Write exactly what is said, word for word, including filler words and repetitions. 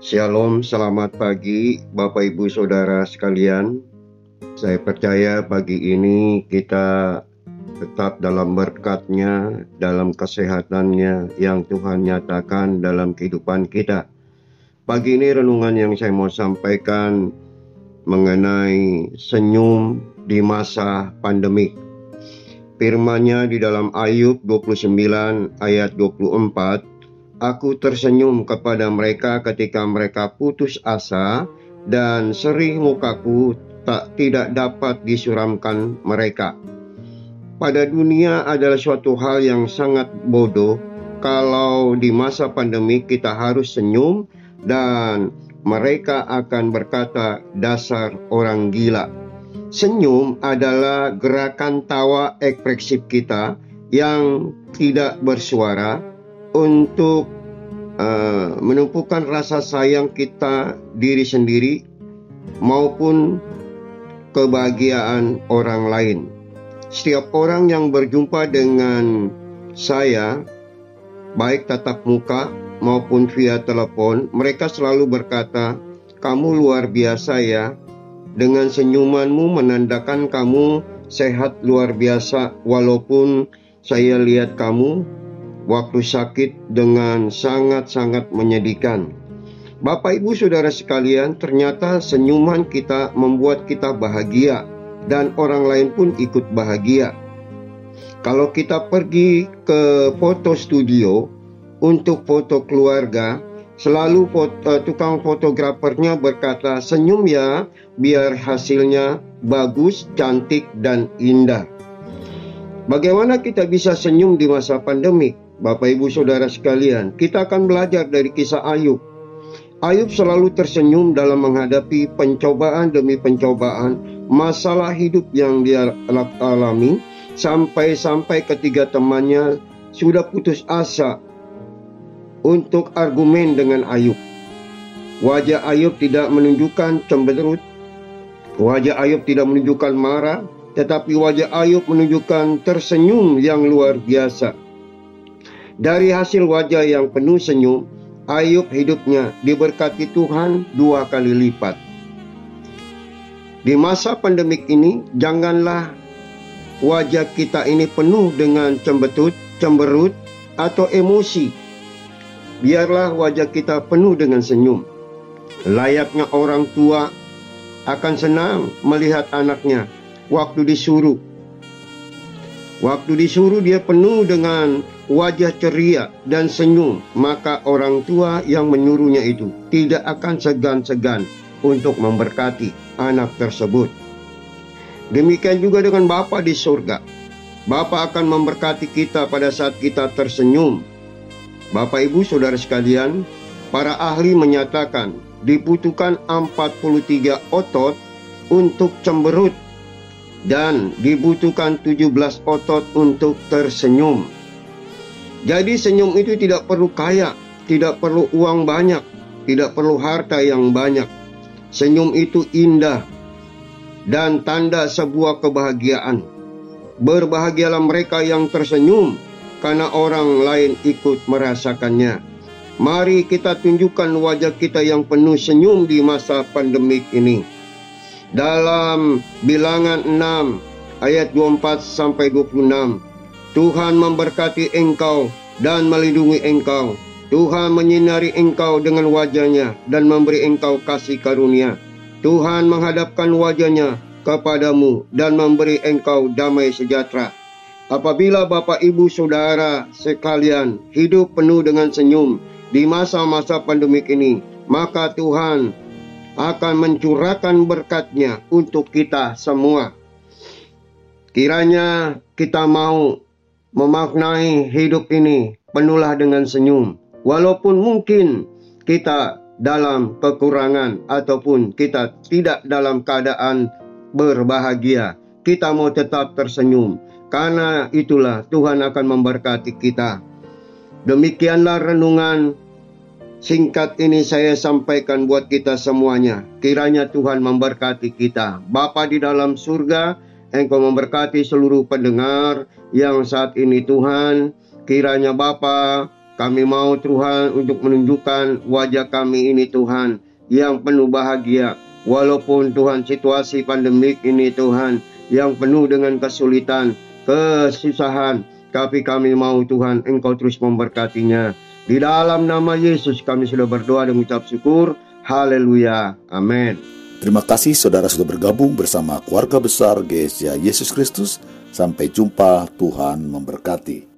Shalom, selamat pagi Bapak Ibu Saudara sekalian. Saya percaya pagi ini kita tetap dalam berkat-Nya, dalam kesehatannya yang Tuhan nyatakan dalam kehidupan kita. Pagi ini renungan yang saya mau sampaikan mengenai senyum di masa pandemik. Firman-Nya di dalam Ayub dua puluh sembilan ayat dua puluh empat. Aku tersenyum kepada mereka ketika mereka putus asa dan serih mukaku tak tidak dapat disuramkan mereka. Pada dunia adalah suatu hal yang sangat bodoh kalau di masa pandemi kita harus senyum dan mereka akan berkata dasar orang gila. Senyum adalah gerakan tawa ekspresif kita yang tidak bersuara untuk uh, menumpukan rasa sayang kita diri sendiri maupun kebahagiaan orang lain. Setiap orang yang berjumpa dengan saya, baik tatap muka maupun via telepon, mereka selalu berkata, "Kamu luar biasa ya. Dengan senyumanmu menandakan kamu sehat luar biasa, walaupun saya lihat kamu waktu sakit dengan sangat-sangat menyedihkan." Bapak Ibu Saudara sekalian, ternyata senyuman kita membuat kita bahagia dan orang lain pun ikut bahagia. Kalau kita pergi ke foto studio untuk foto keluarga, selalu foto, tukang fotografernya berkata, "Senyum ya, biar hasilnya bagus, cantik, dan indah." Bagaimana kita bisa senyum di masa pandemik? Bapak Ibu Saudara sekalian, kita akan belajar dari kisah Ayub. Ayub selalu tersenyum dalam menghadapi pencobaan demi pencobaan, masalah hidup yang dia alami, sampai-sampai ketiga temannya sudah putus asa untuk argumen dengan Ayub. Wajah Ayub tidak menunjukkan cemberut, wajah Ayub tidak menunjukkan marah, tetapi wajah Ayub menunjukkan tersenyum yang luar biasa. Dari hasil wajah yang penuh senyum, Ayub hidupnya diberkati Tuhan dua kali lipat. Di masa pandemik ini, janganlah wajah kita ini penuh dengan cembetut, cemberut, atau emosi. Biarlah wajah kita penuh dengan senyum. Layaknya orang tua akan senang melihat anaknya waktu disuruh. Waktu disuruh dia penuh dengan wajah ceria dan senyum, maka orang tua yang menyuruhnya itu tidak akan segan-segan untuk memberkati anak tersebut. Demikian juga dengan Bapa di surga. Bapa akan memberkati kita pada saat kita tersenyum. Bapak Ibu Saudara sekalian, para ahli menyatakan dibutuhkan empat puluh tiga otot untuk cemberut dan dibutuhkan tujuh belas otot untuk tersenyum. Jadi senyum itu tidak perlu kaya, tidak perlu uang banyak, tidak perlu harta yang banyak. Senyum itu indah dan tanda sebuah kebahagiaan. Berbahagialah mereka yang tersenyum, karena orang lain ikut merasakannya. Mari kita tunjukkan wajah kita yang penuh senyum di masa pandemik ini. Dalam Bilangan enam ayat dua puluh empat sampai dua puluh enam, Tuhan memberkati engkau dan melindungi engkau. Tuhan menyinari engkau dengan wajah-Nya dan memberi engkau kasih karunia. Tuhan menghadapkan wajah-Nya kepadamu dan memberi engkau damai sejahtera. Apabila Bapak Ibu Saudara sekalian hidup penuh dengan senyum di masa-masa pandemik ini, maka Tuhan akan mencurahkan berkat-Nya untuk kita semua. Kiranya kita mau memaknai hidup ini penuhlah dengan senyum. Walaupun mungkin kita dalam kekurangan ataupun kita tidak dalam keadaan berbahagia, kita mau tetap tersenyum. Karena itulah Tuhan akan memberkati kita. Demikianlah renungan singkat ini saya sampaikan buat kita semuanya. Kiranya Tuhan memberkati kita. Bapa di dalam surga, Engkau memberkati seluruh pendengar yang saat ini Tuhan. Kiranya Bapa Kami mau Tuhan untuk menunjukkan wajah kami ini Tuhan yang penuh bahagia. Walaupun Tuhan situasi pandemik ini Tuhan yang penuh dengan kesulitan, kesusahan. Tapi kami mau Tuhan Engkau terus memberkatinya. Di dalam nama Yesus kami sudah berdoa dan mengucap syukur. Haleluya. Amin. Terima kasih saudara sudah bergabung bersama keluarga besar G S C Yesus Kristus. Sampai jumpa, Tuhan memberkati.